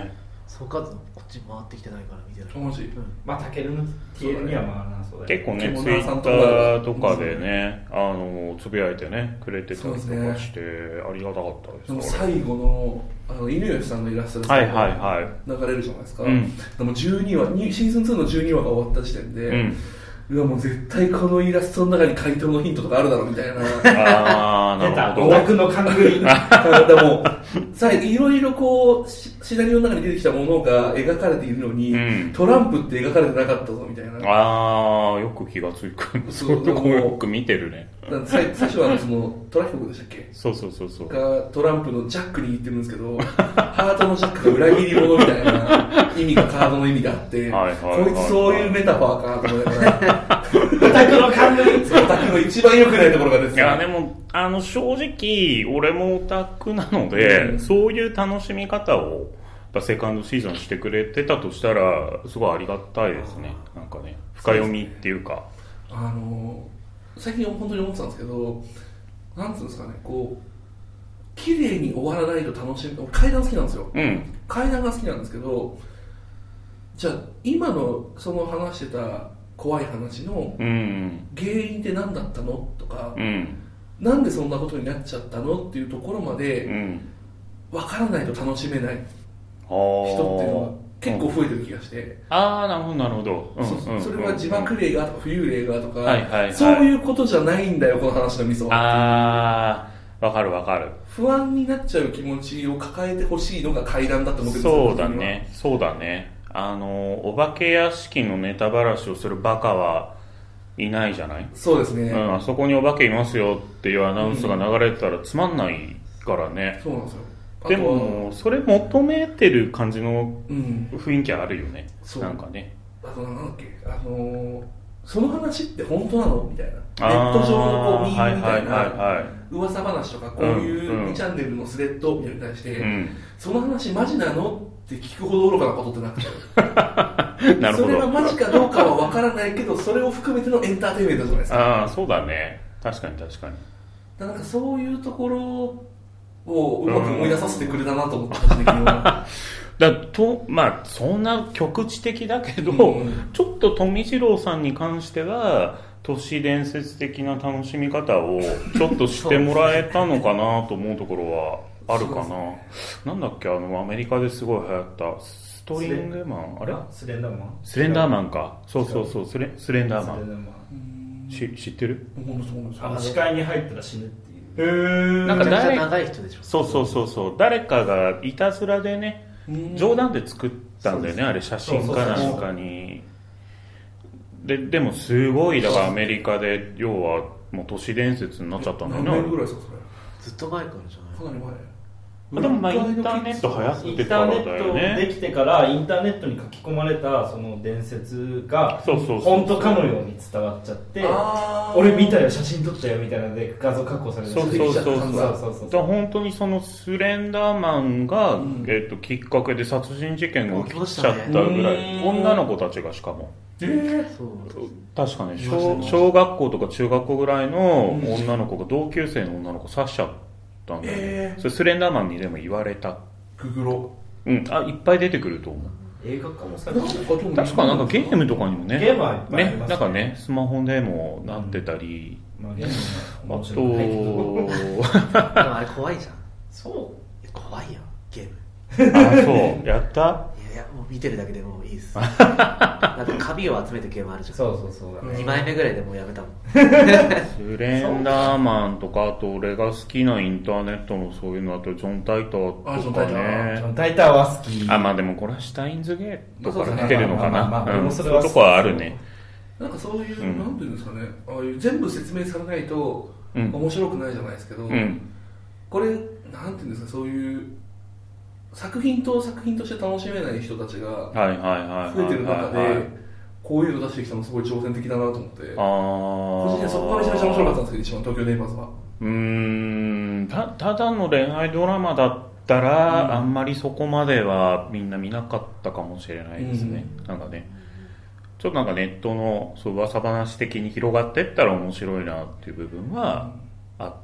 総括のこっち回ってきてないから見てない。 マジ、 うん、まあタケルの ティーエル にはまあなそうだ結構ねツイッターとかでね、あのつぶやいてねくれてたりとかして、ね、ありがたかったです。 でも最後のあの犬吉さんのイラストが流れるじゃないですか、はいはいはい、でもじゅうにわシーズンツーのじゅうにわが終わった時点で、うんうわもう絶対このイラストの中に回答のヒントとかあるだろうみたいなあーなるほどオタクの勘繰りでもさいろいろこうシナリオの中に出てきたものが描かれているのに、うん、トランプって描かれてなかったぞみたいなあーよく気がつくそういうとこよく見てるね最, 最初はそのトラフィコでしたっけそうそうそうそうがトランプのジャックに言ってるんですけどハートのジャックが裏切り者みたいな意味がカードの意味であってはいはいはい、はい、こいつそういうメタファーかと思いながらオタクの勘繰りオタクの一番良くないところがですねいやでもあの正直俺もオタクなので、うん、そういう楽しみ方をセカンドシーズンしてくれてたとしたらすごいありがたいですねなんかね深読みっていうかあの最近本当に思ってたんですけどなんつうんですかねこう綺麗に終わらないと楽しみ階段好きなんですよ、うん、階段が好きなんですけどじゃあ今のその話してた怖い話の原因って何だったのとか、うん、なんでそんなことになっちゃったのっていうところまで分からないと楽しめない人っていうのが結構増えてる気がして、うん、 ああなるほどなるほど、 うん、そ, それは自爆霊がとか浮遊霊がとか、はいはいはい、そういうことじゃないんだよこの話のミソはああわかるわかる不安になっちゃう気持ちを抱えてほしいのが怪談だと思ってるんですよそうだねそうだねあのお化け屋敷のネタばらしをするバカはいないじゃない。 そうですね、 うん、あそこにお化けいますよっていうアナウンスが流れてたらつまんないからね、 うん、そうなんですよ。 でもそれ求めてる感じの雰囲気あるよね、うん、なんかねあとなんだっけあのー、その話って本当なのみたいなネット上のこうミームみたいな噂話とかこういうにチャンネルのスレッドみたいに対して、うん、その話マジなのって聞くほど愚かなことってなくてなるほどそれがマジかどうかは分からないけどそれを含めてのエンターテインメントじゃないですか。 ああそうだね確かに確かになんかそういうところをうまく思い出させてくれたなと思って私的にはだとまあそんな局地的だけど、うん、ちょっと富次郎さんに関しては都市伝説的な楽しみ方をちょっとしてもらえたのかなと思うところはあるかななんだっけあのアメリカですごい流行ったストリングマンあれスレンダーマンスレンダーマンかそうそうそうスレ、スレンダーマンし知ってるあの視界に入ったら死ぬっていうへえなんか誰長い人でしょそうそうそうそう誰かがいたずらでね冗談で作ったんだよねあれ写真かなんかにででもすごいだからアメリカで要はもう都市伝説になっちゃったんだよね何年ぐらいですかそれずっと前からじゃないかなり前でもまあインターネット流行ってからだよね。インターネットできてからインターネットに書き込まれたその伝説が本当かのように伝わっちゃって俺見たよ写真撮ったよみたいなので画像確保されてそうそうそうそうそうそう本当にそのスレンダーマンが、うんえー、ときっかけで殺人事件が起きちゃったぐらい、ね、女の子たちがしかもえー、確かね 小, 小学校とか中学校ぐらいの女の子が同級生の女の子刺しちゃったえー、それスレンダーマンにでも言われたググロうんあいっぱい出てくると思う映画化もされて確かなんかゲームとかにもねゲームはいっぱいありますねねなんかねスマホでもなってたり、 うんまあ、ゲームはあとでもあれ怖いじゃんそう怖いよゲームあそうやったいやもう見てるだけでもういいですだって紙を集めてゲームあるじゃんそうそうそうだ、ね、 にまいめぐらいでもうやめたもんスレンダーマンとかあと俺が好きなインターネットのそういうのあとジョン・タイターとかねジョン・タイターは好きあまあでもこれはシュタインズゲートから来てるのかなそういうとこはあるねなんかそういう、うん、なんていうんですかねああいう全部説明されないと面白くないじゃないですけど、うん、これなんていうんですかそういう作品と作品として楽しめない人たちが増えてる中でこういうの出してきたのすごい挑戦的だなと思って個人的にそこがめちゃめちゃ面白かったんですけど一番東京ネイバーズはうーん た, ただの恋愛ドラマだったら、うん、あんまりそこまではみんな見なかったかもしれないですね、うん、なんかねちょっとなんかネットのそう噂話的に広がっていったら面白いなっていう部分はあった、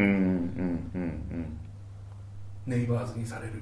うん、そうですねうんうんうんうんネイバーズにされるみたいな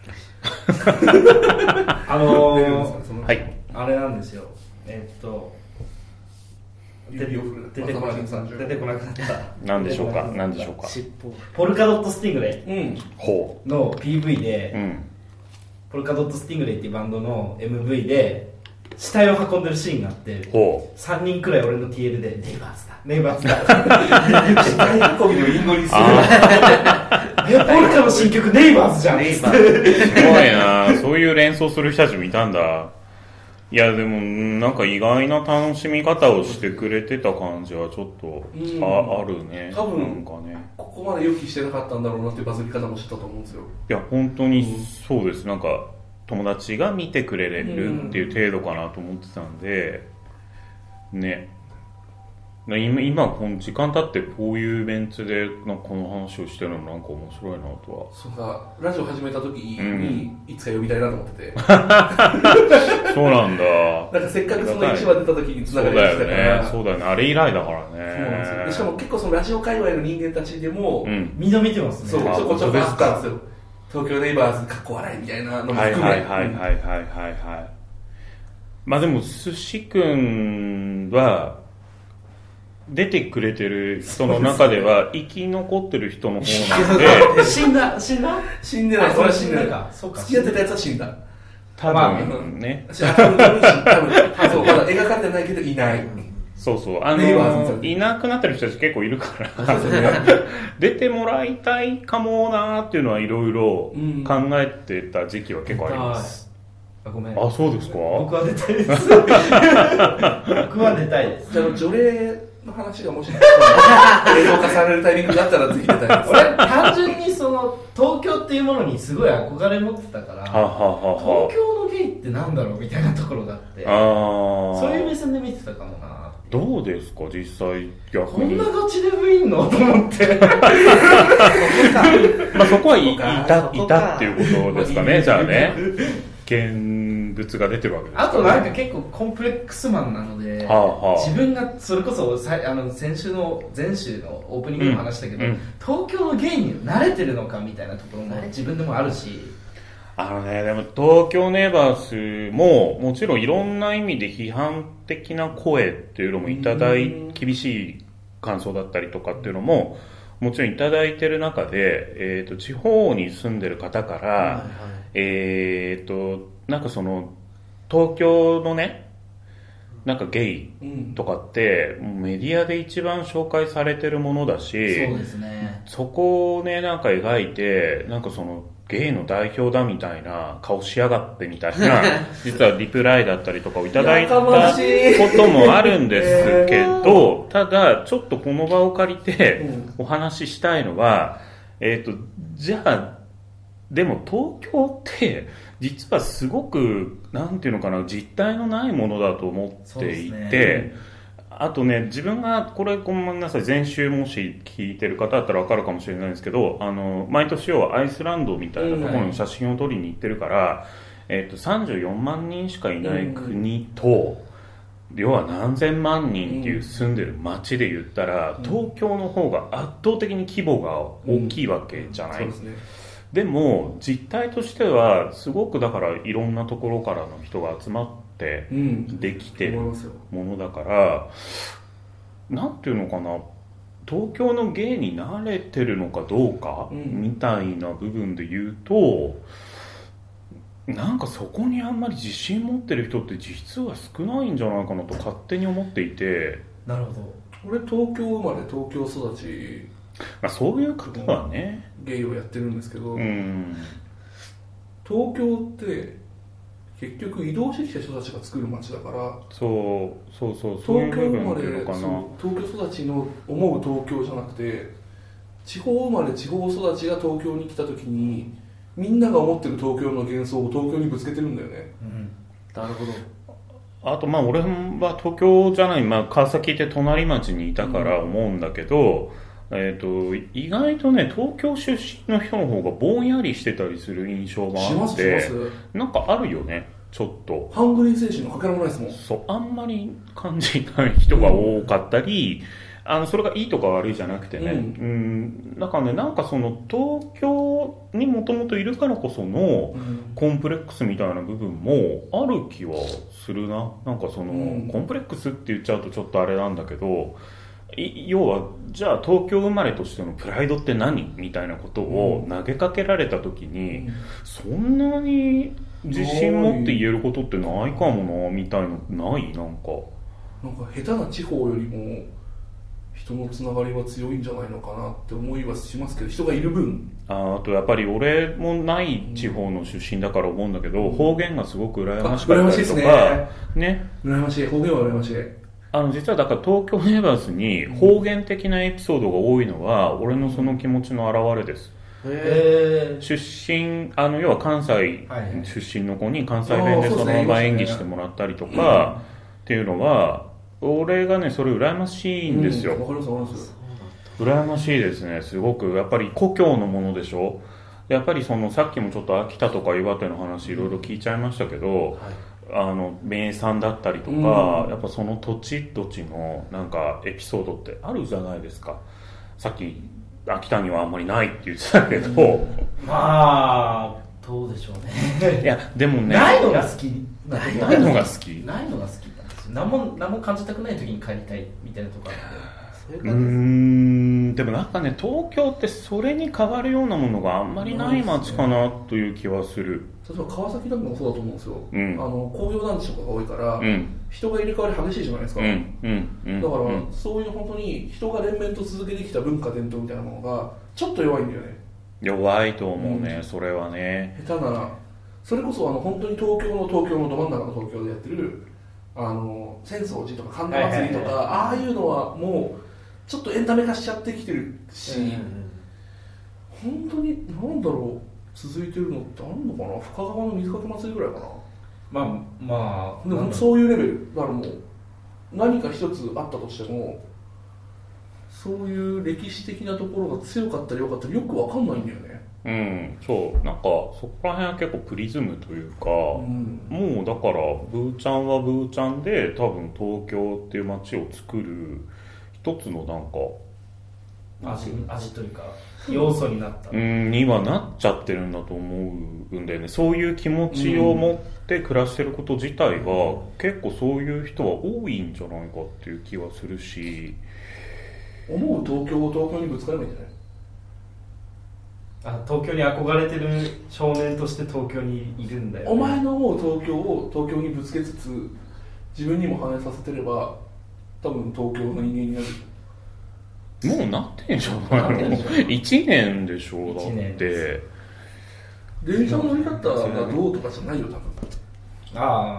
あのー、 はい、 あれなんですよ、えー、っと出てこなくなった何でしょうか何でしょうかポルカドットスティングレイの ピーブイ で、うん、ポルカドットスティングレイっていうバンドの エムブイ で死体を運んでるシーンがあってさんにんくらい俺の ティーエル でネイバーズだネイバーズだ死体運びの隠語にするポルカの新曲ネイバーズじゃんすごいなそういう連想する人たちもいたんだ。いやでもなんか意外な楽しみ方をしてくれてた感じはちょっと あ,、うん、あるね。 多分なんかねここまで予期してなかったんだろうなっていうバズり方もしてたと思うんですよ。 いや本当にそうです、なんか友達が見てくれるっていう程度かなと思ってたんで、ね、今今この時間経ってこういうメンツでなんかこの話をしてるのもなんか面白いなとは。 そうか、ラジオ始めた時にいつか呼びたいなと思ってて、うん、 そうなんだ。 なんかせっかくそのいちわ出た時につながりましたから。 そうだよね、あれ以来だからね。 そうなんですよ。でしかも結構そのラジオ界隈の人間たちでも、 うん、みんな見てますね。 そう、ちょこちょこあったんですよ。東京ネイバーズかっこ笑いみたいなのも含め、 はいはいはいはいはいはいはい。まあでも寿司くんは出てくれてる人の中では生き残ってる人の方なんで死んだ死んだ死んでない。 それは死んだか。 付き合ってたやつは死んだ。 多分ね。 多分多分そうまだ描かれてないけどいない。 そうそう、あのいなくなってる人たち結構いるから出てもらいたいかもなーっていうのはいろいろ考えてた時期は結構あります。 あ、ごめん。 あ、そうですか。 僕は出たいです僕は出たいです。 じゃあ除霊の話がもし映像化されるタイミングだったらぜひ出たいです。 俺単純にその東京っていうものにすごい憧れ持ってたから、ははは東京のゲイってなんだろうみたいなところがあって、あそういう目線で見てたかもな。 どうですか実際逆に。 こんなガチで部員のと思ってまあそこはいたいたっていうことですかねじゃあね現物が出てるわけですから、ね、 あとなんか結構コンプレックスマンなので、はあはあ、自分がそれこそさあの先週の前週のオープニングでも話したけど、うんうん、東京のゲイに慣れてるのかみたいなところも自分でもあるし、 あのね、でも東京ネイバースももちろんいろんな意味で批判的な声っていうのもいただい、厳しい感想だったりとかっていうのももちろんいただいてる中で、えーと、地方に住んでる方から、はいはい、えーと、なんかその東京のね、なんかゲイとかって、うん、メディアで一番紹介されてるものだし、 そうですね、 そこをね、なんか描いて、なんかそのゲイの代表だみたいな顔しやがってみたいな実はリプライだったりとかをいただいたこともあるんですけど、ただちょっとこの場を借りてお話ししたいのは、えっとじゃあでも東京って実はすごくなんていうのかな、実体のないものだと思っていて、あとね、自分がこれごめんなさい、前週もし聞いてる方だったら分かるかもしれないんですけど、あの毎年要はアイスランドみたいなところの写真を撮りに行ってるから、うん、えー、とさんじゅうよんまんにんしかいない国と、うん、要は何千万人っていう住んでる街で言ったら、うん、東京の方が圧倒的に規模が大きいわけじゃない、うん、そうですね。でも実態としてはすごくだからいろんなところからの人が集まってできてるものだから、なんていうのかな、東京の芸に慣れてるのかどうかみたいな部分で言うと、なんかそこにあんまり自信持ってる人って実は少ないんじゃないかなと勝手に思っていて。 なるほど。 俺東京生まれ東京育ち、 まあ、そういう方はねゲイをやってるんですけど、 うん、 東京って結局移動してきた人たちが作る街だから、 そうそうそう、そういう部分っていうのかな、 東京育ちの思う東京じゃなくて、地方生まれ地方育ちが東京に来た時にみんなが思ってる東京の幻想を東京にぶつけてるんだよね、 うん、なるほど。 あとまあ俺は東京じゃない、まあ、川崎って隣町にいたから思うんだけど、うん、えー、と意外とね東京出身の人の方がぼんやりしてたりする印象があって、なんかあるよね、ちょっとハングリー精神のかけらもないですもん。 そう、あんまり感じない人が多かったり、 あのそれがいいとか悪いじゃなくてね、うん、うんだからね、なんかその東京にもともといるからこそのコンプレックスみたいな部分もある気はするな。なんかその、うん、コンプレックスって言っちゃうとちょっとあれなんだけど、要はじゃあ東京生まれとしてのプライドって何みたいなことを投げかけられた時に、うん、そんなに自信持って言えることってないかもなみたいなない？なんかなんか下手な地方よりも人のつながりは強いんじゃないのかなって思いはしますけど、人がいる分。 あ, あとやっぱり俺もない地方の出身だから思うんだけど、うん、方言がすごく羨ましかったりとか、 ねね、 羨ましい、方言は羨ましい。 あの実はだから東京ネイバーズに方言的なエピソードが多いのは、うん、俺のその気持ちの表れです。 へ出身あの要は関西出身の子に関西弁でそのまま演技してもらったりとかっていうのは、俺がねそれ羨ましいんですよ、 うん、わかりますわかります。 羨ましいですね。すごくやっぱり故郷のものでしょ。やっぱりそのさっきもちょっと秋田とか岩手の話いろいろ聞いちゃいましたけど、うんはい、あの名産だったりとか、うん、やっぱその土地土地のなんかエピソードってあるじゃないですか。さっき秋田にはあんまりないって言ってたけど、うん、 まあどうでしょうね。 いやでもね、 ないのが好きないのが好きないのが好きなんですよ。何も何も感じたくない時に帰りたいみたいなところあるんで。 うーんでもなんかね、東京ってそれに変わるようなものがあんまりない街かなという気はする。 例えば川崎なんかもそうだと思うんですよ、うん、あの工業団地とかが多いから、うん、人が入れ替わり激しいじゃないですか、うんうんうん、だから、うん、そういう本当に人が連綿と続けてきた文化伝統みたいなものがちょっと弱いんだよね。 弱いと思うね、うん、それはね。 下手ならそれこそあの本当に東京の東京のど真ん中の東京でやってるあの浅草寺とか神田祭りとか、はいはいはい、ああいうのはもうちょっとエンタメ化しちゃってきてるし、うんうん、本当に何だろう続いてるのってあるのかな。深川の水かけ祭りぐらいかな。 まあまあでもそういうレベルだから、もう何か一つあったとしてもそういう歴史的なところが強かったり弱かったりよく分かんないんだよね。 うん、そうなんかそこら辺は結構プリズムというか、うん、もうだからブーちゃんはブーちゃんで多分東京っていう街を作る一つのなんか味, 味というか要素になったうんにはなっちゃってるんだと思うんだよね。そういう気持ちを持って暮らしてること自体が、うん、結構そういう人は多いんじゃないかっていう気はするし、 思う東京を東京にぶつかればいいんじゃない。 あ、東京に憧れてる少年として東京にいるんだよ、ね、 お前の思う東京を東京にぶつけつつ自分にも反映させてれば多分東京の人間になる。 もうなってんじゃないの。いちねんでしょ。だって電車の乗り方がどうとかじゃないよ多分。 あ、 うん、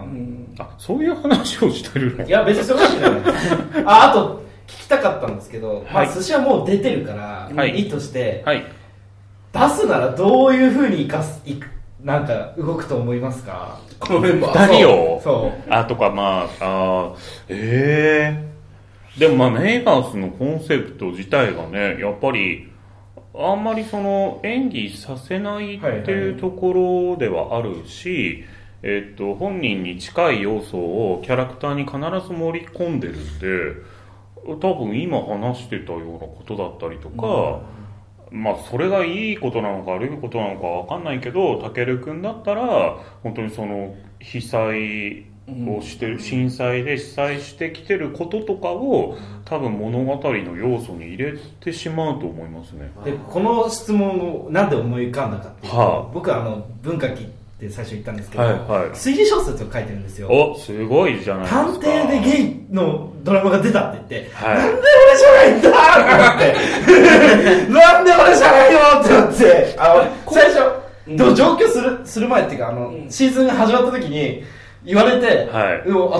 あ、そういう話をしてるの。 いや別にそういう話じゃないあ、あと聞きたかったんですけど、はい、まあ、寿司はもう出てるから、はい、いいとして、はい、出すならどういう風に生かすいなんか動くと思いますか、 このメンバー。ふたりをそうあとかまああええー、でもまあネイバースのコンセプト自体がねやっぱりあんまりその演技させないっていうところではあるし、はいはい、えー、っと本人に近い要素をキャラクターに必ず盛り込んでるんで、多分今話してたようなことだったりとか、うん、まあそれがいいことなのか悪いことなのか分かんないけど、たけるくんだったら本当にその被災をしてる、うん、震災で被災してきてることとかを多分物語の要素に入れてしまうと思いますね。 でこの質問をなんで思い浮かんだかっていうと、はあ、僕はあの文化期って最初言ったんですけど、はいはい、推理小説を書いてるんですよ。 お、すごいじゃないですか。 探偵でゲイのドラマが出たって言って、はい、なんで俺じゃないんだってなんで俺じゃないよってなって、あの最初、うん、上京するする前っていうかあの、うん、シーズンが始まった時に言われて、はい、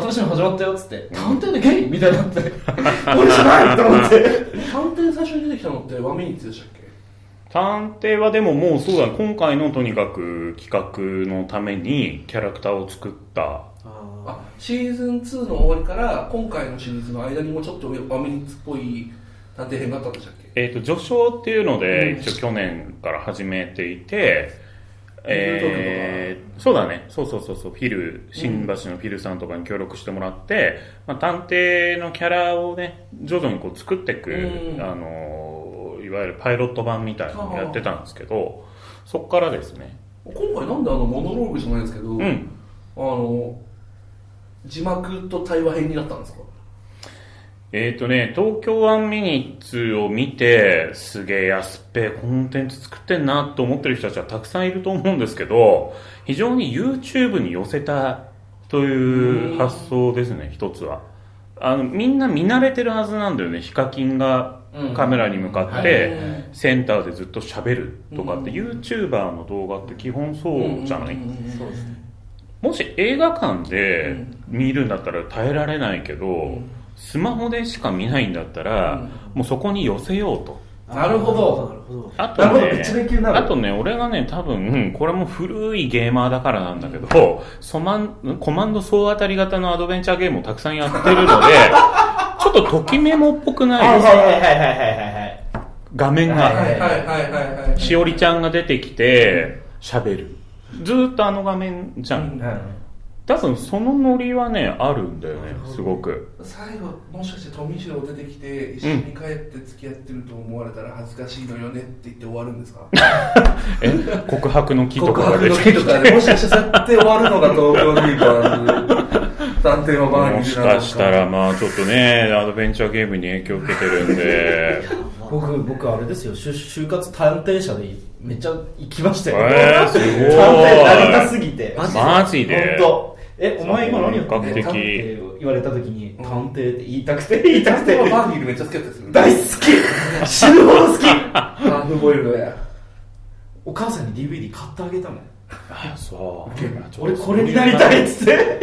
新しいの始まったよっつって、うん、探偵でゲイみたいになって俺じゃないと思って探偵最初に出てきたのってワンミニッツでしたっけ。 探偵はでももうそうだ、今回のとにかく企画のためにキャラクターを作った。 あ、シーズンツーの終わりから今回のシリーズの間にもちょっとワンミニッツっぽい探偵編があったんでしたっけ。 えっと序章っていうので一応去年から始めていて、 えー、そうだね。そうそうそうそう。フィル、新橋のフィルさんとかに協力してもらって、うん、まあ、探偵のキャラをね、徐々にこう作っていく、うん、あの、いわゆるパイロット版みたいなのをやってたんですけど、そこからですね。 今回なんであの、モノローグじゃないですけど、うん、あの、字幕と対話編になったんですか？ えーとね、東京湾ミニッツを見て、すげえ安っぺえコンテンツ作ってんなと思ってる人たちはたくさんいると思うんですけど、非常に YouTube に寄せたという発想ですね、一つは。あの、みんな見慣れてるはずなんだよね、ヒカキンがカメラに向かって、センターでずっと喋るとかって、YouTuber の動画って基本そうじゃない？そうですね。もし映画館で見るんだったら耐えられないけど、スマホでしか見ないんだったら、うん、もうそこに寄せようと。 なるほど。 あとね、あとね、俺がね、多分、これも古いゲーマーだからなんだけど、うん、ソマン、コマンド総当たり型のアドベンチャーゲームをたくさんやってるので、ちょっとときメモっぽくないですか？はいはいはいはいはいはい。画面が、はいはいはいはい。しおりちゃんが出てきて、喋る。ずーっとあの画面じゃん。うんうん、多分そのノリはねあるんだよね、すごく。 最後もしかして富次郎出てきて一緒に帰って付き合ってると思われたら恥ずかしいのよねって言って終わるんですか？ え、告白の木とかが出てきて、 告白の木とかでもしかしてそうやって終わるのが東京リーガーズ探偵のバーにもしかしたらまあちょっとねアドベンチャーゲームに影響を受けてるんで僕僕あれですよ、就活探偵社でめっちゃ行きましたよ。 えー、すごい。 探偵なりたすぎて。 マジで。 本当。え、お前今何やってんの？探偵言われた時に、うん、探偵って言いたくて言いたくて。 バーニールめっちゃ好きだったですよ。 大好き。死ぬほど好き。 ハーフボイルドや。 お母さんに ディーブイディー 買ってあげたもん。 あ、そう。 俺これになりたいっつって。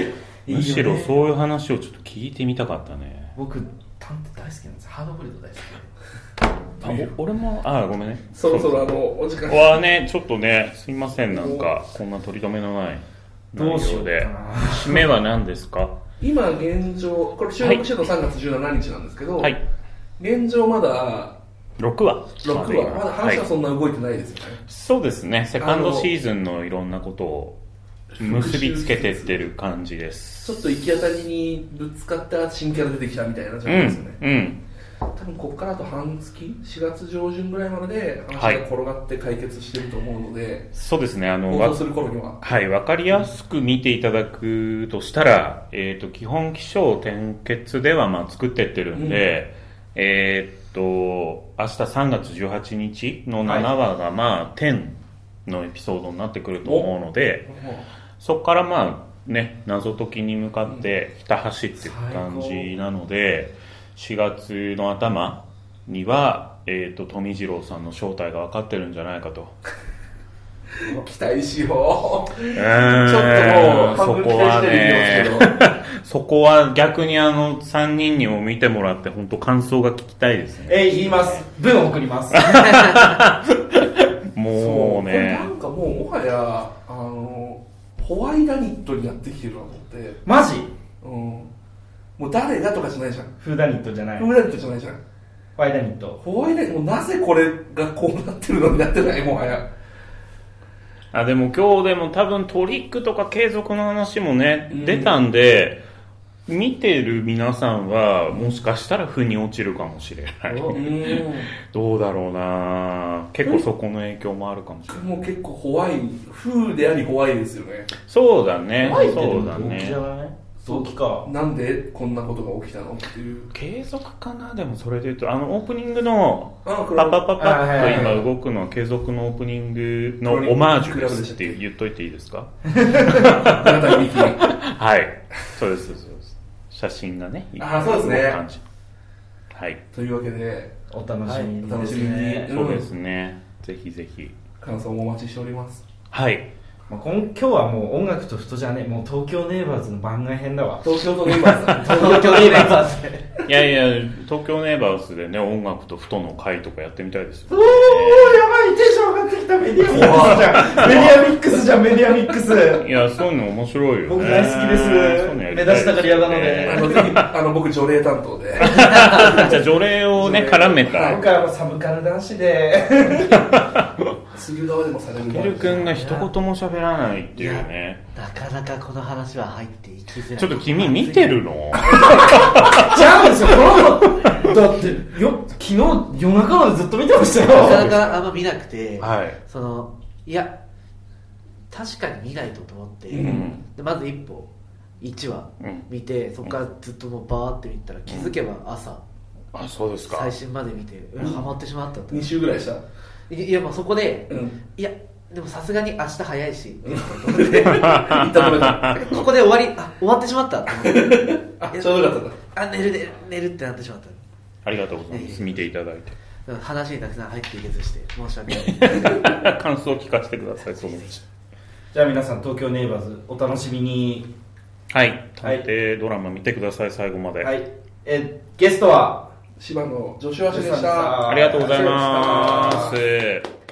むしろそういう話をちょっと聞いてみたかったね。 僕探偵大好きなんです。ハードボイルド大好き。 あ、俺も、あ、ごめんね。 そろそろあの、お時間。 はね、ちょっとね、すいません、なんか、こんな取り留めのない内容で。締めは何ですか？ 今、現状、これ収録してるのさんがつじゅうしちにちなんですけど、はい、現状まだ、 ろくわ。 ろくわ。まだ話はそんな動いてないですよね。はい、 そうですね、セカンドシーズンのいろんなことを結びつけてってる感じです。 ちょっと行き当たりにぶつかった新キャラ出てきたみたいな状況ですよね。うん。うん多分ここからあと半月しがつ上旬ぐらいまでで話が転がって解決してると思うので、はい、 そうですね、あの放送する頃にははい分かりやすく見ていただくとしたら、えー、と基本起承転結ではまあ作ってってるんで、うん、えっ、ー、と明日さんがつじゅうはちにちのななわがまあじゅうのエピソードになってくると思うので、そこからまあね謎解きに向かってひた走っていく感じなので、しがつの頭には、えーと、富次郎さんの正体が分かってるんじゃないかと期待しよう。 えー、 ちょっともうそこはねそこは逆にあのさんにんにも見てもらって本当感想が聞きたいですね。 えー、言います。文送りますもうねなんかもうもはやあのホワイダニットにやってきてるなと思って。 マジ？ うんもう誰がとかじゃないじゃん。 フーダニットじゃない。 フーダニットじゃないじゃん。 ホワイダニット。 ホワイダニット、もうなぜこれがこうなってるのになってない、もはや。 あ、でも今日でも多分トリックとか継続の話もね、うん、出たんで、見てる皆さんはもしかしたら腑に落ちるかもしれない。うん、どうだろうな結構そこの影響もあるかもしれない。 もう結構ホワイ、風でありホワイですよね。 そうだね。 ホワイって動機じゃない？動機か。 なんでこんなことが起きたのっていう。 継続かな。でもそれで言うとあのオープニングのパッパッパッパッと今動くのは継続のオープニングのオマージュですって言っといていいですか？はい、そうですそうです。写真がね。 あ、そうですね。 はい。 というわけでお楽しみに、 お楽しみに。 そうですね。ぜひぜひ感想もお待ちしております。 はい。 まあ、今今日はもう音楽とふとじゃねもう東京ネイバーズの番外編だわ。 東京とネイバーズ東京ネイバーズいやいや東京ネイバーズでね音楽とふとの会とかやってみたいですよ、 ね、おーやばいテンション上がってきた。メディアミックスじゃんメディアミックスじゃんメディアミックス。 いやそういうの面白いよね。 僕大好きです。目立ちたがり屋なのであのぜひあの僕除霊担当でじゃあ除霊をね絡めた。 僕はサブカル男子でする側でもされるたけるくんが一言も喋らないっていうね。 なかなかこの話は入っていきづらい。 ちょっと君見てるのじゃあですよ、このだってよ昨日夜中までずっと見てましたよ。 なかなかあんま見なくて、 はい、 そのいや確かに見ないとと思って、 うん、 でまず一歩いちわ見て、うん、そこからずっともうバーって見たら気づけば朝、 うん、あそうですか最新まで見て、うん、ハマってしまったと。 に週ぐらいした。 いやまあそこで、うん、いやでもさすがに明日早いし、うん、ここで終わりあ終わってしまったと思ってあちょうどよかったあ寝る寝る寝るってなってしまった。 ありがとうございます、見ていただいて。 話にたくさん入っていけずして申し訳ない感想を聞かせてください。そのじゃあ皆さん東京ネイバーズお楽しみに。 はい探偵ドラマ見てください最後まで。 はい、えゲストは柴野女子和紙でした。 ありがとうございます。